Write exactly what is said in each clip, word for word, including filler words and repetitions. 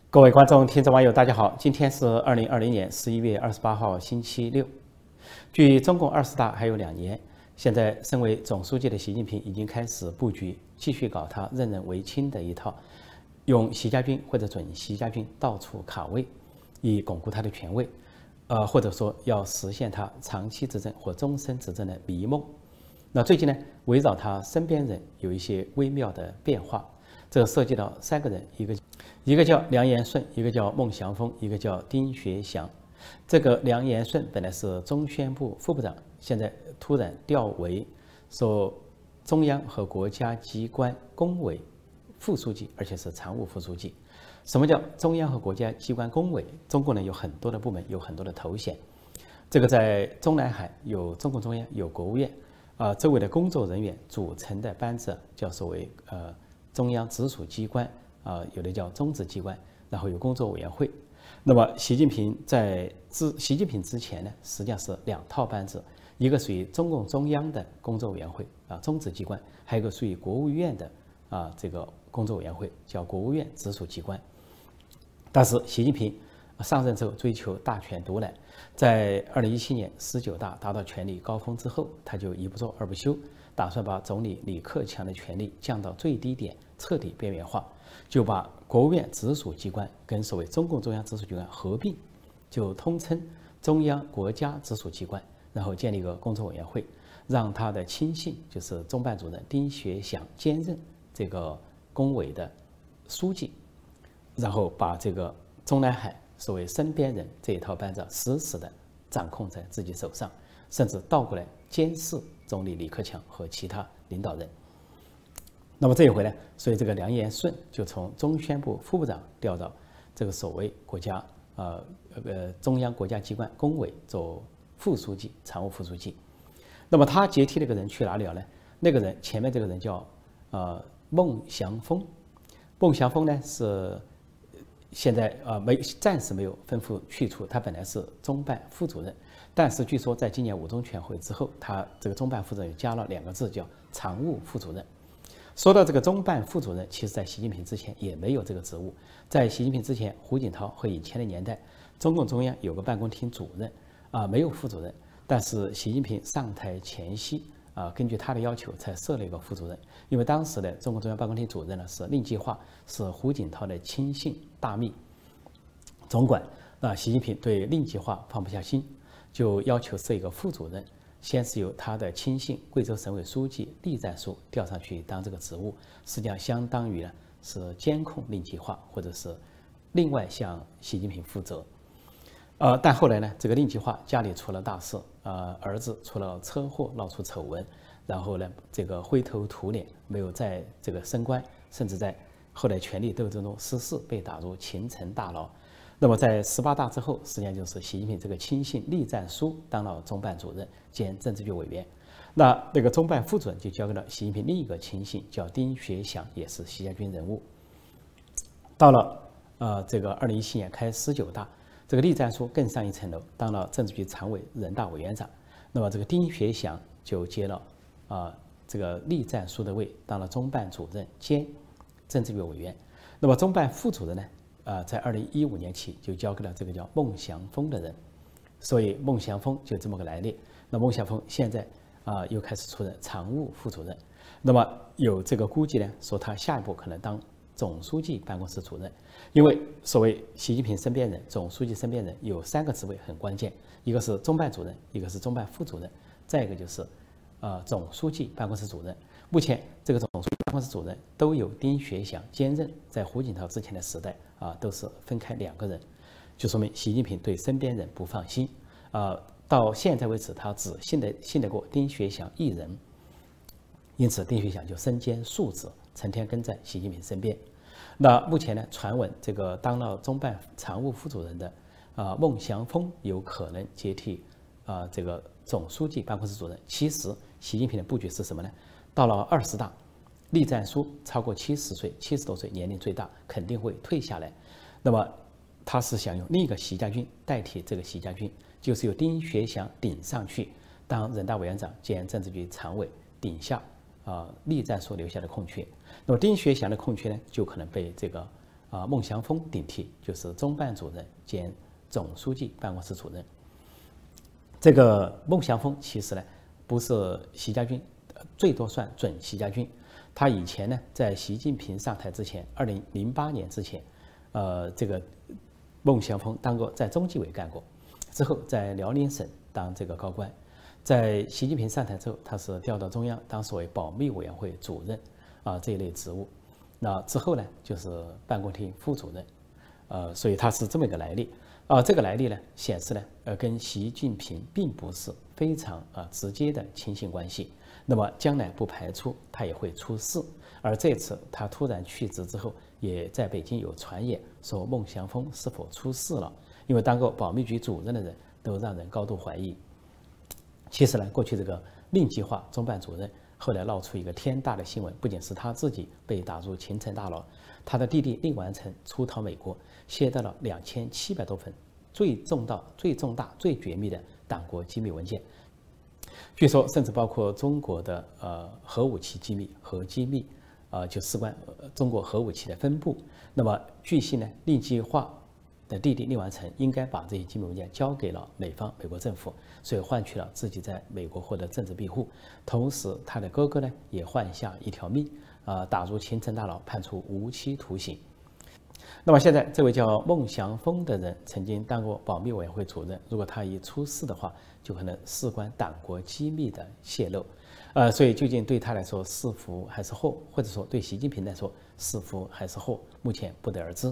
各位观众、听众、网友，大家好！今天是二零二零年十一月二十八号，星期六。距中共二十大还有两年，现在身为总书记的习近平已经开始布局，继续搞他任人唯亲的一套，用习家军或者准习家军到处卡位，以巩固他的权位，呃，或者说要实现他长期执政或终身执政的迷梦。那最近呢，围绕他身边人有一些微妙的变化。这涉及到三个人，一个一个叫梁延顺，一个叫孟祥峰，一个叫丁学祥。这个梁延顺本来是中宣部副部长，现在突然调为说中央和国家机关工委副书记，而且是常务副书记。什么叫中央和国家机关工委？中共呢有很多的部门，有很多的头衔。这个在中南海有中共中央，有国务院，啊、呃，周围的工作人员组成的班子叫所谓呃。中央直属机关啊、呃，有的叫中直机关，然后有工作委员会。那么，习近平在之习近平之前呢，实际上是两套班子，一个属于中共中央的工作委员会啊，中直机关，还有一个属于国务院的啊这个工作委员会，叫国务院直属机关。但是，习近平上任之后追求大权独揽，在二零一七年十九大达到权力高峰之后，他就一不做二不休，打算把总理李克强的权力降到最低点，彻底边缘化，就把国务院直属机关跟所谓中共中央直属机关合并，就通称中央国家直属机关，然后建立一个工作委员会，让他的亲信就是中办主任丁学祥兼任这个工委的书记，然后把这个中南海所谓身边人这一套班子死死地掌控在自己手上，甚至倒过来监视总理李克强和其他领导人。那么这一回呢，所以这个梁延顺就从中宣部副部长调到这个所谓国家呃呃中央国家机关工委做副书记、常务副书记。那么他接替那个人去哪里了呢？那个人前面这个人叫呃孟祥峰，孟祥峰呢是现在呃没暂时没有吩咐去除，他本来是中办副主任，但是据说在今年五中全会之后，他这个中办副主任加了两个字叫常务副主任。说到这个中办副主任，其实在习近平之前也没有这个职务。在习近平之前，胡锦涛和以前的年代，中共中央有个办公厅主任，啊、呃，没有副主任。但是习近平上台前夕，啊、呃，根据他的要求才设了一个副主任。因为当时的中共中央办公厅主任呢是令计划，是胡锦涛的亲信大秘总管。那习近平对令计划放不下心，就要求设一个副主任。先是由他的亲信贵州省委书记栗战书调上去当这个职务，实际上相当于呢是监控令计划，或者是另外向习近平负责。呃，但后来呢，这个令计划家里出了大事，呃，儿子出了车祸，闹出丑闻，然后呢，这个灰头土脸，没有在这个升官，甚至在后来权力斗争中失势，被打入秦城大牢。那么在十八大之后，实际上就是习近平这个亲信栗战书当了中办主任兼政治局委员，那那个中办副主任就交给了习近平另一个亲信，叫丁学祥，也是习家军人物。到了呃这个二零一七年开十九大，这个栗战书更上一层楼，当了政治局常委、人大委员长。那么这个丁学祥就接了啊、呃、这个栗战书的位，当了中办主任兼政治局委员。那么中办副主任呢？啊、呃，在二零一五年起就交给了这个叫孟祥峰的人，所以孟祥峰就这么个来历。那孟祥峰现在啊、呃、又开始出任常务副主任，那么有这个估计呢，说他下一步可能当总书记办公室主任，因为所谓习近平身边人、总书记身边人有三个职位很关键，一个是中办主任，一个是中办副主任，再一个就是呃总书记办公室主任。目前这个总书记办公室主任都有丁学祥兼任，在胡锦涛之前的时代啊，都是分开两个人，就说明习近平对身边人不放心啊。到现在为止，他只信得信得过丁学祥一人，因此丁学祥就身兼数职，成天跟在习近平身边。那目前呢，传闻这个当了中办常务副主任的啊孟祥峰有可能接替啊这个总书记办公室主任。其实习近平的布局是什么呢？到了二十大，栗战书超过七十岁，七十多岁年龄最大，肯定会退下来。那么他是想用另一个习家军代替这个习家军，就是由丁学祥顶上去当人大委员长兼政治局常委，顶下啊栗战书留下的空缺。那么丁学祥的空缺呢，就可能被这个啊孟祥峰顶替，就是中办主任兼总书记办公室主任。这个孟祥峰其实呢不是习家军，最多算准习家军。他以前呢在习近平上台之前，二零零八年之前，呃，这个孟祥峰当过在中纪委干过，之后在辽宁省当这个高官。在习近平上台之后，他是调到中央当所谓保密委员会主任啊这一类职务。那之后呢就是办公厅副主任，呃，所以他是这么一个来历。啊，这个来历呢，显示呢，呃，跟习近平并不是非常啊直接的亲信关系。那么将来不排除他也会出事。而这次他突然去职之后，也在北京有传言说孟祥峰是否出事了？因为当过保密局主任的人都让人高度怀疑。其实呢，过去这个令计划中办主任后来闹出一个天大的新闻，不仅是他自己被打入秦城大牢，他的弟弟令完成出逃美国，携带了两千七百多份最重大、最重大、最绝密的党国机密文件。据说，甚至包括中国的呃核武器机密、核机密，呃，就事关、呃、中国核武器的分布。那么，据悉呢，令计划的弟弟令完成应该把这些机密文件交给了美方、美国政府，所以换取了自己在美国获得政治庇护。同时，他的哥哥呢也换下一条命，啊、呃，打入秦城大牢，判处无期徒刑。那么现在，这位叫孟祥峰的人曾经当过保密委员会主任，如果他一出事的话，就可能事关党国机密的泄露，呃，所以究竟对他来说是福还是祸，或者说对习近平来说是福还是祸，目前不得而知。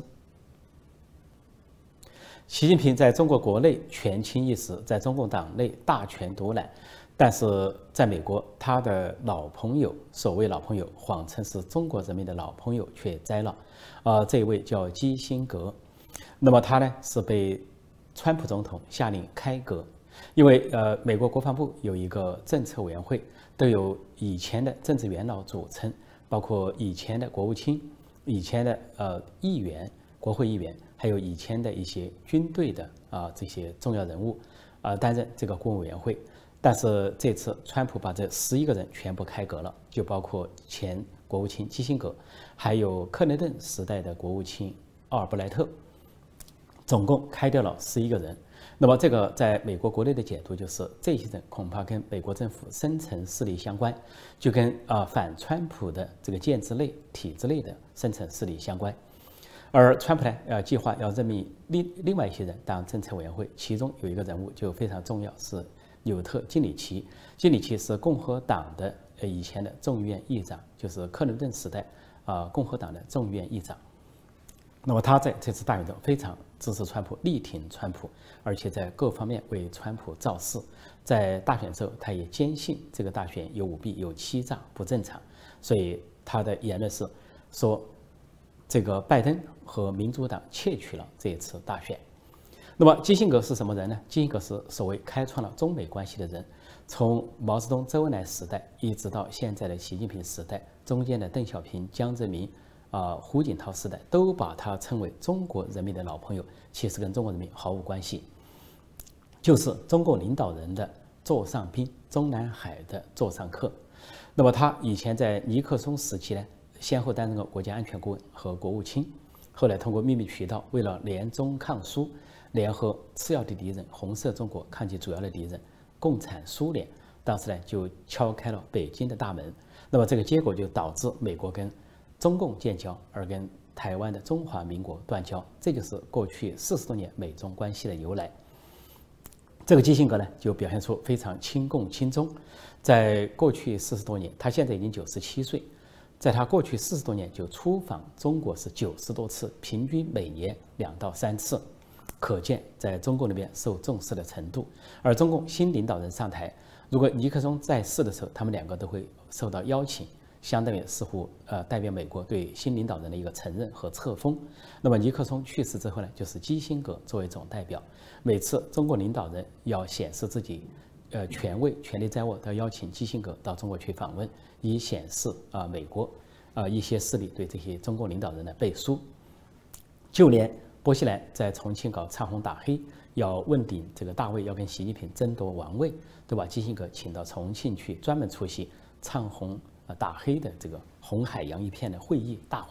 习近平在中国国内权倾一时，在中共党内大权独揽，但是在美国，他的老朋友，所谓老朋友，谎称是中国人民的老朋友，却栽了。呃，这一位叫基辛格，那么他呢是被川普总统下令开革，因为呃，美国国防部有一个政策委员会，都有以前的政治元老组成，包括以前的国务卿、以前的呃议员、国会议员，还有以前的一些军队的啊、呃、这些重要人物啊、呃、担任这个顾问委员会。但是这次川普把这十一个人全部开革了，就包括前国务卿基辛格，还有克林顿时代的国务卿奥尔布莱特，总共开掉了十一个人。那么这个在美国国内的解读就是，这些人恐怕跟美国政府深层势力相关，就跟啊、呃、反川普的这个建制内、体制内的深层势力相关。而川普呢，呃，计划要任命另另外一些人当政策委员会，其中有一个人物就非常重要，是纽特·金里奇。金里奇是共和党的呃以前的众议院议长，就是克林顿时代啊、呃、共和党的众议院议长。那么他在这次大选中非常支持川普，力挺川普，而且在各方面为川普造势。在大选之后，他也坚信这个大选有舞弊、有欺诈，不正常，所以他的言论是说，这个拜登和民主党窃取了这一次大选。那么基辛格是什么人呢？基辛格是所谓开创了中美关系的人，从毛泽东、周恩来时代一直到现在的习近平时代，中间的邓小平、江泽民啊、呃、胡锦涛时代，都把他称为中国人民的老朋友，其实跟中国人民毫无关系，就是中共领导人的座上宾，中南海的座上客。那么他以前在尼克松时期呢，先后担任过国家安全顾问和国务卿，后来通过秘密渠道，为了联中抗苏，联合次要的敌人红色中国抗击主要的敌人共产苏联，当时呢就敲开了北京的大门。那么这个结果就导致美国跟中共建交，而跟台湾的中华民国断交，这就是过去四十多年美中关系的由来。这个基辛格呢，就表现出非常亲共亲中。在过去四十多年，他现在已经九十七岁，在他过去四十多年就出访中国是九十多次，平均每年两到三次，可见在中共那边受重视的程度。而中共新领导人上台，如果尼克松在世的时候，他们两个都会受到邀请，相当于似乎呃代表美国对新领导人的一个承认和册封。那么尼克松去世之后呢，就是基辛格作为总代表，每次中国领导人要显示自己呃权威、权力在握，都要邀请基辛格到中国去访问，以显示啊、呃、美国啊、呃、一些势力对这些中共领导人的背书。就连波西兰在重庆搞唱红打黑，要问鼎这个大位，要跟习近平争夺王位，都把基辛格请到重庆去，专门出席唱红啊打黑的这个红海洋一片的会议大会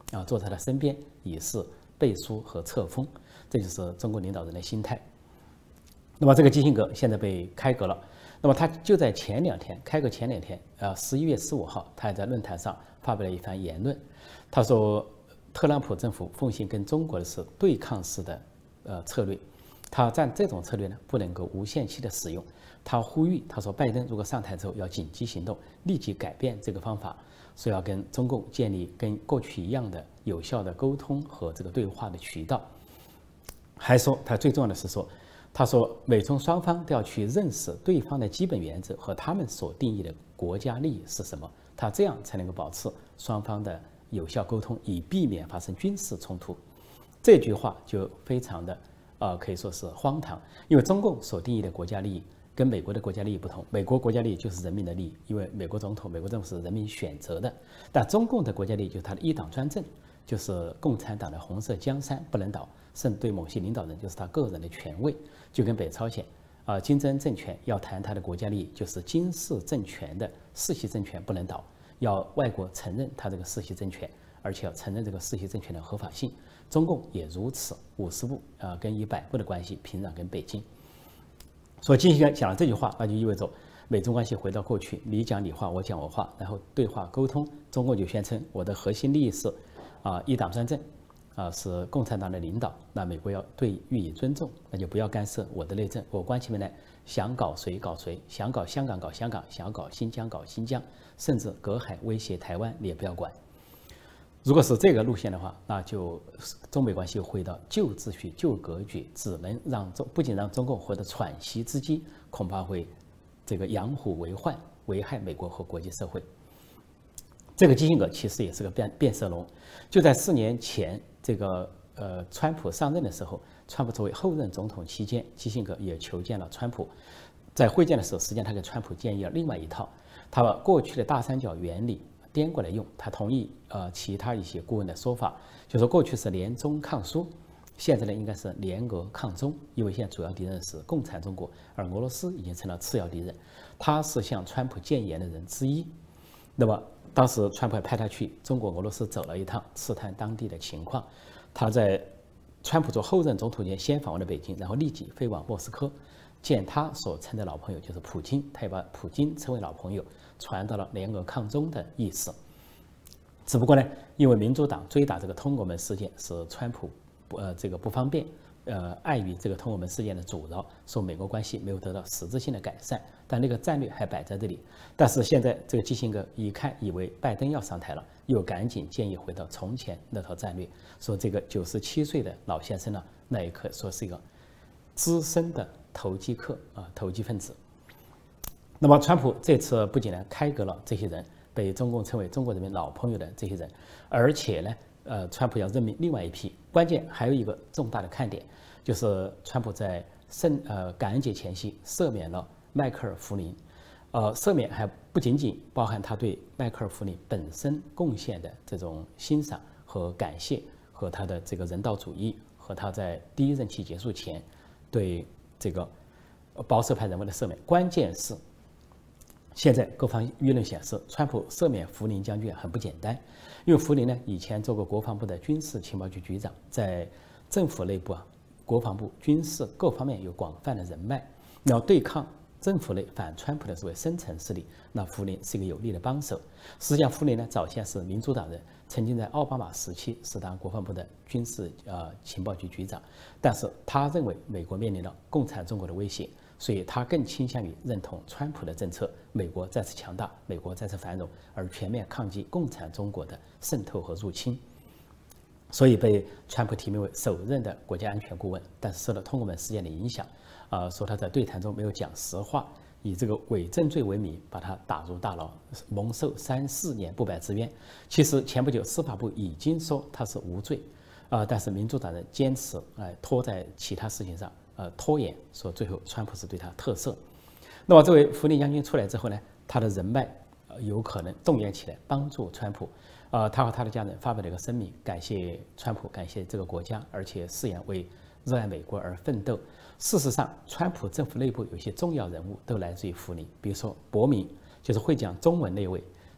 啊，坐在他身边以示背书和册封，这就是中国领导人的心态。那么这个基辛格现在被开革了，那么他就在前两天，开革前两天，呃，十一月十五号，他还在论坛上发表了一番言论，他说，特朗普政府奉行跟中国的是对抗式的呃策略，他占这种策略呢不能够无限期的使用。他呼吁，他说，拜登如果上台之后要紧急行动，立即改变这个方法，说要跟中共建立跟过去一样的有效的沟通和这个对话的渠道。还说，他最重要的是说，他说美中双方都要去认识对方的基本原则和他们所定义的国家利益是什么，他这样才能够保持双方的有效沟通，以避免发生军事冲突。这句话就非常的呃可以说是荒唐，因为中共所定义的国家利益跟美国的国家利益不同，美国国家利益就是人民的利益，因为美国总统、美国政府是人民选择的，但中共的国家利益就是它的一党专政，就是共产党的红色江山不能倒，甚至对某些领导人就是他个人的权位，就跟北朝鲜啊、呃、金正恩政权要谈他的国家利益，就是金氏政权的世袭政权不能倒，要外国承认他这个世袭政权，而且要承认这个世袭政权的合法性。中共也如此，五十步啊、呃、跟一百步的关系平壤跟北京。所以基辛格讲了这句话，那就意味着美中关系回到过去，你讲你话，我讲我话，然后对话沟通。中共就宣称我的核心利益是啊一党专政，啊是共产党的领导，那美国要对予以尊重，那就不要干涉我的内政，我关起门来想搞谁搞谁，想搞香港搞香港，想搞新疆搞新疆，甚至隔海威胁台湾你也不要管。如果是这个路线的话，那就中美关系回到旧秩序、旧格局，只能让中不仅让中共获得喘息之机，恐怕会这个养虎为患，危害美国和国际社会。这个基辛格其实也是个变变色龙，就在四年前，这个呃川普上任的时候，川普作为后任总统期间，基辛格也求见了川普。在会见的时候，实际上他给川普建议了另外一套，他把过去的大三角原理颠过来用，他同意呃其他一些顾问的说法，就说过去是联中抗苏，现在呢应该是联俄抗中，因为现在主要敌人是共产中国，而俄罗斯已经成了次要敌人，他是向川普谏言的人之一。那么当时川普还派他去中国、俄罗斯走了一趟，刺探当地的情况。他在川普做后任总统前先访问了北京，然后立即飞往莫斯科见他所称的老朋友，就是普京，他也把普京称为老朋友，传到了联俄抗中的意思。只不过呢，因为民主党追打这个通俄门事件，使川普不呃这个不方便，呃碍于这个通俄门事件的阻挠，说美国关系没有得到实质性的改善，但那个战略还摆在这里。但是现在这个基辛格一看，以为拜登要上台了，又赶紧建议回到从前那套战略，说这个九十七岁的老先生呢，那也可说是一个资深的投机客啊，投机分子。那么川普这次不仅呢开革了这些人，被中共称为中国人民老朋友的这些人，而且呢，呃，川普要任命另外一批。关键还有一个重大的看点，就是川普在圣呃感恩节前夕赦免了迈克尔·福林。呃，赦免还不仅仅包含他对迈克尔·福林本身贡献的这种欣赏和感谢，和他的这个人道主义，和他在第一任期结束前对这个保守派人物的赦免。关键是，现在各方舆论显示，川普赦免福林将军很不简单，因为福林呢以前做过国防部的军事情报局局长，在政府内部啊，国防部、军事各方面有广泛的人脉，要对抗政府内反川普的所谓深层势力，那福林是一个有力的帮手。实际上，福林呢早先是民主党人，曾经在奥巴马时期是当国防部的军事呃情报局局长，但是他认为美国面临了共产中国的威胁，所以他更倾向于认同川普的政策，美国再次强大，美国再次繁荣，而全面抗击共产中国的渗透和入侵。所以被川普提名为首任的国家安全顾问，但是受到通俄门事件的影响，啊、呃，说他在对谈中没有讲实话，以这个伪证罪为名把他打入大牢，蒙受三四年不白之冤。其实前不久司法部已经说他是无罪，啊、呃，但是民主党人坚持哎、呃、拖在其他事情上，呃拖延，说最后川普是对他特赦。那么这位福林将军出来之后呢，他的人脉呃有可能动员起来帮助川普。呃，他和他的家人发表了一个声明，感谢川普，感谢这个国家，而且誓言为热爱美国而奋斗。事实上，川普政府内部有些重要人物都来自于福林，比如说伯明，就是会讲中文那位，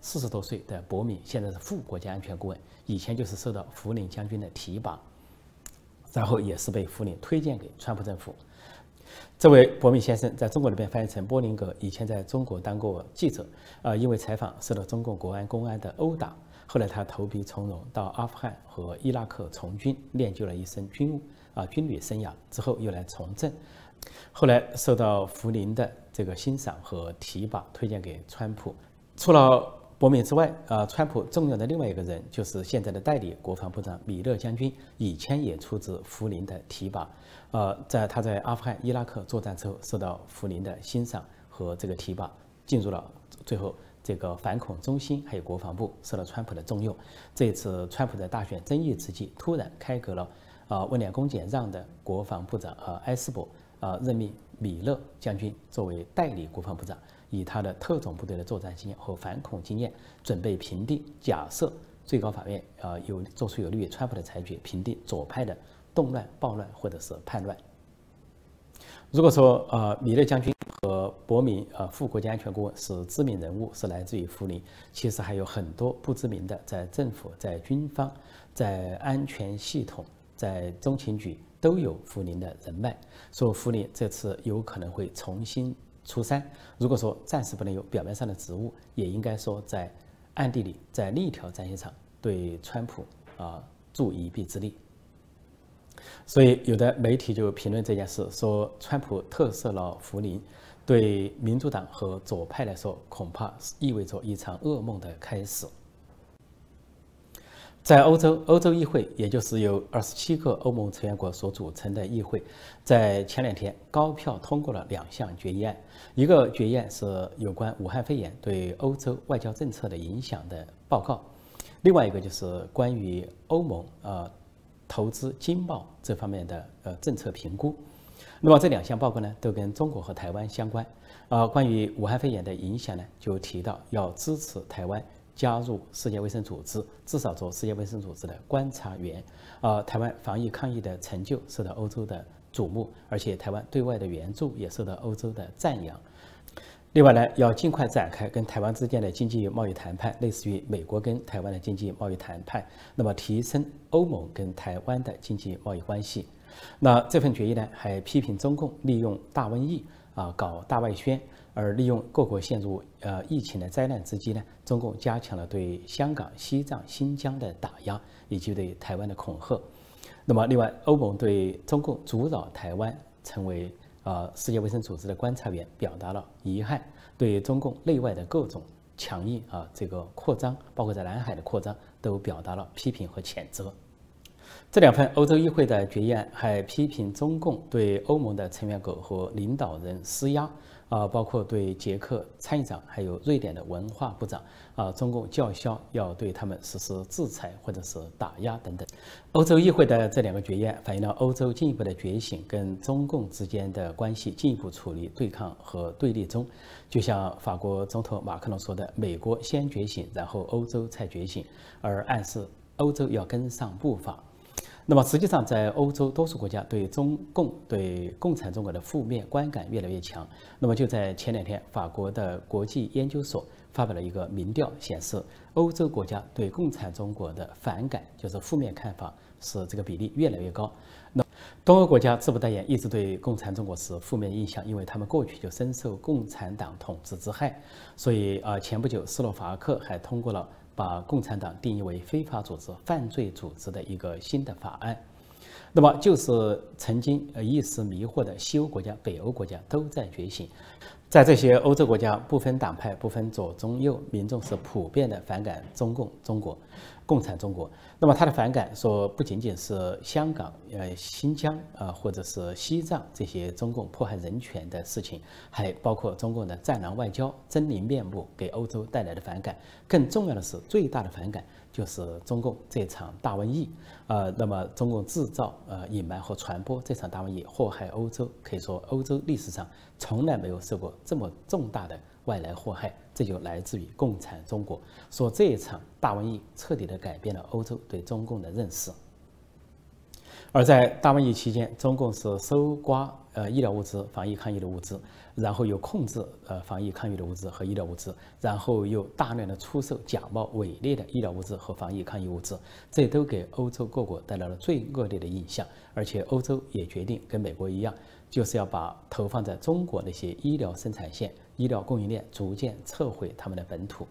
四十多岁的伯明，现在是副国家安全顾问，以前就是受到福林将军的提拔，然后也是被福林推荐给川普政府。这位伯明先生在中国那边翻译成波林格，以前在中国当过记者，呃，因为采访受到中共国安公安的殴打，后来他投笔从戎，到阿富汗和伊拉克从军，练就了一身军务啊、呃、军旅生涯，之后又来从政，后来受到福林的这个欣赏和提拔，推荐给川普。除了伯明之外，呃，川普重要的另外一个人就是现在的代理国防部长米勒将军，以前也出自福林的提拔，呃，在他在阿富汗、伊拉克作战之后，受到福林的欣赏和这个提拔，进入了最后这个反恐中心，还有国防部，受到川普的重用。这一次，川普在大选争议之际，突然开革了，呃，温良恭俭让的国防部长呃埃斯珀，呃，任命米勒将军作为代理国防部长。以他的特种部队的作战经验和反恐经验，准备平定假设最高法院呃有做出有利于川普的裁决，平定左派的动乱、暴乱或者是叛乱。如果说呃米勒将军和伯明呃副国家安全顾问是知名人物，是来自于福林，其实还有很多不知名的，在政府、在军方、在安全系统、在中情局都有福林的人脉，所以福林这次有可能会重新出山。如果说暂时不能有表面上的职务，也应该说在暗地里，在另一条战线上对川普啊助一臂之力。所以有的媒体就评论这件事，说川普特赦了福林，对民主党和左派来说，恐怕意味着一场噩梦的开始。在欧洲，欧洲议会，也就是由二十七个欧盟成员国所组成的议会，在前两天高票通过了两项决议案。一个决议案是有关武汉肺炎对欧洲外交政策的影响的报告，另外一个就是关于欧盟呃投资经贸这方面的呃政策评估。那么这两项报告呢，都跟中国和台湾相关。呃，关于武汉肺炎的影响呢，就提到要支持台湾加入世界卫生组织，至少做世界卫生组织的观察员。呃，台湾防疫抗疫的成就受到欧洲的瞩目，而且台湾对外的援助也受到欧洲的赞扬。另外呢，要尽快展开跟台湾之间的经济贸易谈判，类似于美国跟台湾的经济贸易谈判，那么提升欧盟跟台湾的经济贸易关系。那这份决议呢，还批评中共利用大瘟疫啊搞大外宣，而利用各国陷入呃疫情的灾难之际呢，中共加强了对香港、西藏、新疆的打压，以及对台湾的恐吓。那么，另外，欧盟对中共阻扰台湾成为呃世界卫生组织的观察员表达了遗憾，对中共内外的各种强硬啊这个扩张，包括在南海的扩张，都表达了批评和谴责。这两份欧洲议会的决议案还批评中共对欧盟的成员国和领导人施压，啊，包括对捷克参议长还有瑞典的文化部长，啊，中共叫嚣要对他们实施制裁或者是打压等等。欧洲议会的这两个决议案反映了欧洲进一步的觉醒，跟中共之间的关系进一步处理对抗和对立中。就像法国总统马克龙说的：“美国先觉醒，然后欧洲才觉醒”，而暗示欧洲要跟上步伐。那么实际上，在欧洲多数国家对中共、对共产中国的负面观感越来越强。那么就在前两天，法国的国际研究所发表了一个民调，显示欧洲国家对共产中国的反感，就是负面看法，是这个比例越来越高。那东欧国家自不待言，一直对共产中国是负面印象，因为他们过去就深受共产党统治之害。所以啊，前不久斯洛伐克还通过了把共产党定义为非法组织、犯罪组织的一个新的法案。那么，就是曾经呃一时迷惑的西欧国家、北欧国家都在觉醒。在这些欧洲国家，不分党派、不分左中右，民众是普遍的反感中共、中国、共产中国。那么，他的反感说不仅仅是香港、呃新疆啊、呃，或者是西藏这些中共迫害人权的事情，还包括中共的战狼外交、狰狞面目给欧洲带来的反感。更重要的是，最大的反感就是中共这场大瘟疫。呃，那么中共制造、呃隐瞒和传播这场大瘟疫，祸害欧洲，可以说欧洲历史上从来没有受过这么重大的外来祸害，这就来自于共产中国。说这一场大瘟疫彻底地改变了欧洲对中共的认识。 而在大瘟疫期间，中共是搜刮呃医疗物资、防疫抗疫的物资，然后又控制呃防疫抗疫的物资和医疗物资，然后又大量的出售假冒伪劣的医疗物资和防疫抗疫物资，这都给欧洲各国带来了最恶劣的印象。而且欧洲也决定跟美国一样，就是要把投放在中国那些医疗生产线、医疗供应链逐渐撤回他们的本土。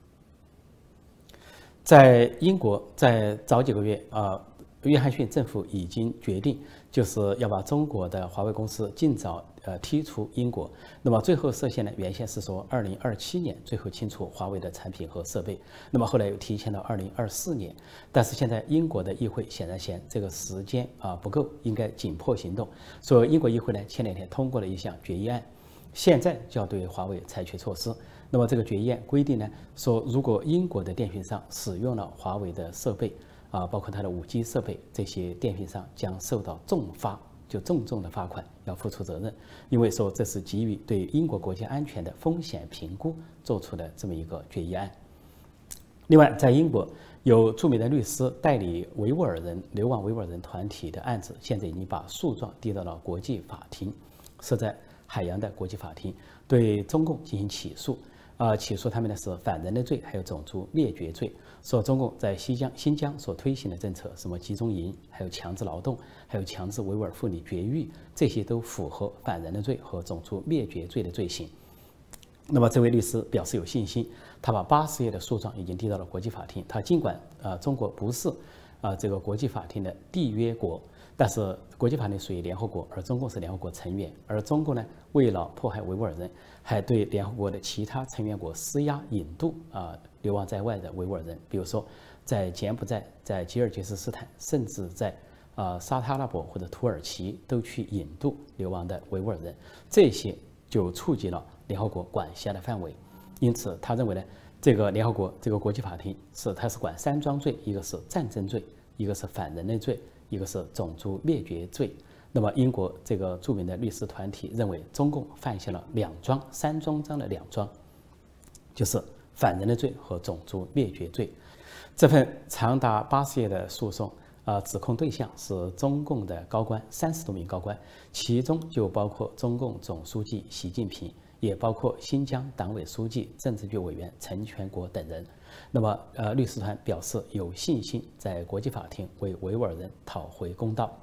在英国，在早几个月啊。呃约翰逊政府已经决定，就是要把中国的华为公司尽早呃踢出英国。那么最后设限呢，原先是说二零二七年最后清除华为的产品和设备，那么后来又提前到二零二四年。但是现在英国的议会显然嫌这个时间啊不够，应该紧迫行动。所以英国议会呢前两天通过了一项决议案，现在就要对华为采取措施。那么这个决议案规定呢，说如果英国的电讯商使用了华为的设备，啊，包括它的 五 G 设备，这些电讯商将受到重罚，就重重的罚款，要付出责任。因为说这是基于对英国国家安全的风险评估做出的这么一个决议案。另外，在英国有著名的律师代理维吾尔人流亡维吾尔人团体的案子，现在已经把诉状递到了国际法庭，设在海洋的国际法庭，对中共进行起诉。啊，起诉他们的是反人类罪，还有种族灭绝罪。说中共在西疆、新疆所推行的政策，什么集中营，还有强制劳动，还有强制维吾尔妇女绝育，这些都符合反人类罪和种族灭绝罪的罪行。那么这位律师表示有信心，他把八十页的诉状已经递到了国际法庭。他尽管啊、呃，中国不是啊、呃、这个国际法庭的缔约国，但是国际法庭属于联合国，而中共是联合国成员。而中共呢，为了迫害维吾尔人，还对联合国的其他成员国施压引渡啊、呃、流亡在外的维吾尔人，比如说在柬埔寨、在吉尔吉斯斯坦，甚至在啊、呃、沙特阿拉伯或者土耳其都去引渡流亡的维吾尔人，这些就触及了联合国管辖的范围。因此，他认为呢，这个联合国这个国际法庭是它是管三桩罪，一个是战争罪，一个是反人类罪，一个是种族灭绝罪。那么，英国这个著名的律师团体认为，中共犯下了两桩三宗章的两桩，就是反人类罪和种族灭绝罪。这份长达八十页的诉讼，啊、呃，指控对象是中共的高官，三十多名高官，其中就包括中共总书记习近平，也包括新疆党委书记、政治局委员陈全国等人。那么，呃，律师团表示有信心在国际法庭为维吾尔人讨回公道。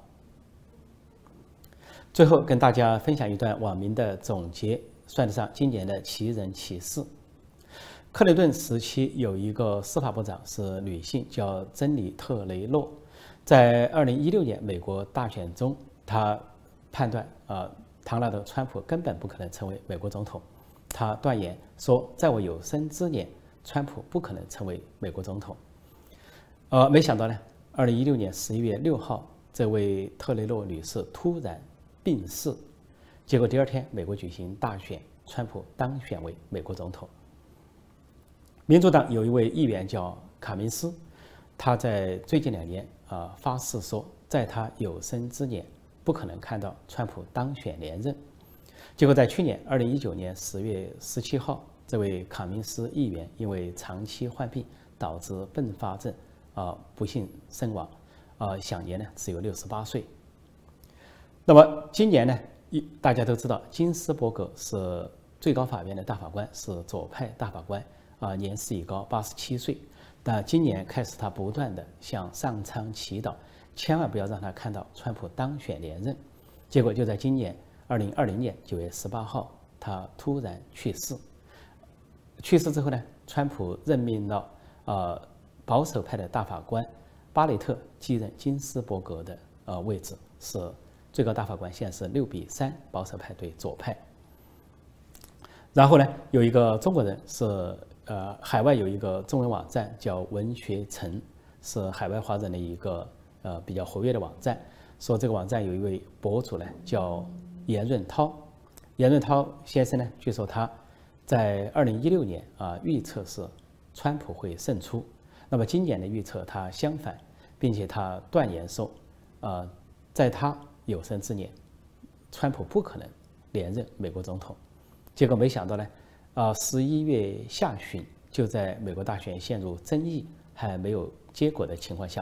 最后跟大家分享一段网民的总结，算得上今年的奇人奇事。克林顿时期有一个司法部长是女性，叫珍妮特雷诺。在二零一六年美国大选中，她判断啊，唐纳德·川普根本不可能成为美国总统。她断言说，在我有生之年，川普不可能成为美国总统。呃，没想到呢，二零一六年十一月六号，这位特雷诺女士突然病逝，结果第二天美国举行大选，川普当选为美国总统。民主党有一位议员叫卡明斯，他在最近两年啊、呃、发誓说，在他有生之年不可能看到川普当选连任。结果在去年二零一九年十月十七号，这位卡明斯议员因为长期患病导致并发症啊、呃、不幸身亡，啊、呃、享年呢只有六十八岁。那么今年呢，一大家都知道，金斯伯格是最高法院的大法官，是左派大法官啊，年事已高，八十七岁。但今年开始，他不断的向上苍祈祷，千万不要让他看到川普当选连任。结果就在今年二零二零年九月十八号，他突然去世。去世之后呢，川普任命了呃保守派的大法官巴雷特继任金斯伯格的呃位置，是最高大法官现在是六比三，保守派对左派。然后呢，有一个中国人是呃海外有一个中文网站叫文学城，是海外华人的一个呃比较活跃的网站。说这个网站有一位博主呢叫严润涛，严润涛先生呢，据说他在二零一六年啊、呃、预测是川普会胜出，那么今年的预测他相反，并且他断言说，呃，在他有生之年，川普不可能连任美国总统。结果没想到呢，啊，十一月下旬就在美国大选陷入争议还没有结果的情况下，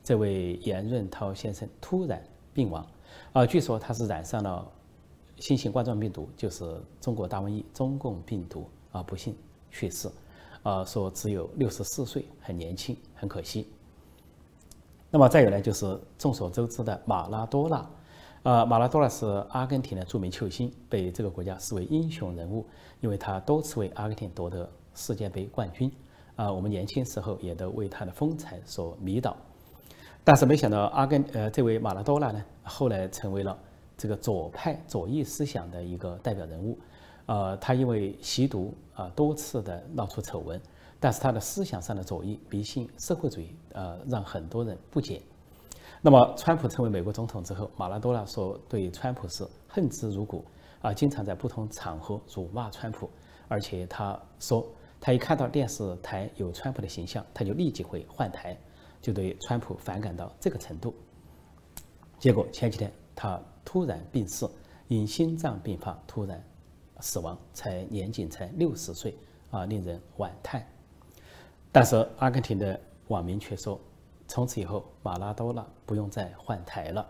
这位严润涛先生突然病亡，啊，据说他是染上了新型冠状病毒，就是中国大瘟疫中共病毒啊，不幸去世，啊，说只有六十四岁，很年轻，很可惜。那么再有呢，就是众所周知的马拉多纳，呃，马拉多纳是阿根廷的著名球星，被这个国家视为英雄人物，因为他多次为阿根廷夺得世界杯冠军，啊、呃，我们年轻时候也都为他的风采所迷倒。但是没想到阿根呃这位马拉多纳呢，后来成为了这个左派左翼思想的一个代表人物，呃，他因为吸毒啊、呃、多次的闹出丑闻。但是他的思想上的左翼、迷信社会主义，呃，让很多人不解。那么，川普成为美国总统之后，马拉多纳说对川普是恨之入骨，啊、呃，经常在不同场合辱骂川普，而且他说，他一看到电视台有川普的形象，他就立即会换台，就对川普反感到这个程度。结果前几天他突然病逝，因心脏病发突然死亡，才年仅才六十岁，啊、呃，令人惋叹。但是阿根廷的网民却说，从此以后马拉多纳不用再换台了。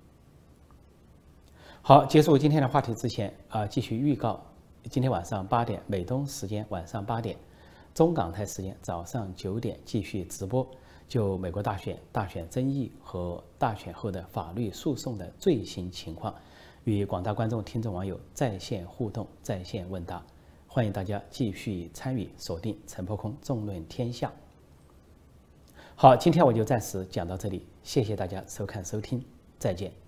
好，结束今天的话题之前啊，继续预告，今天晚上八点，美东时间晚上八点，中港台时间早上九点继续直播，就美国大选、大选争议和大选后的法律诉讼的最新情况，与广大观众、听众、网友在线互动、在线问答。欢迎大家继续参与，锁定陈破空纵论天下。好，今天我就暂时讲到这里，谢谢大家收看收听，再见。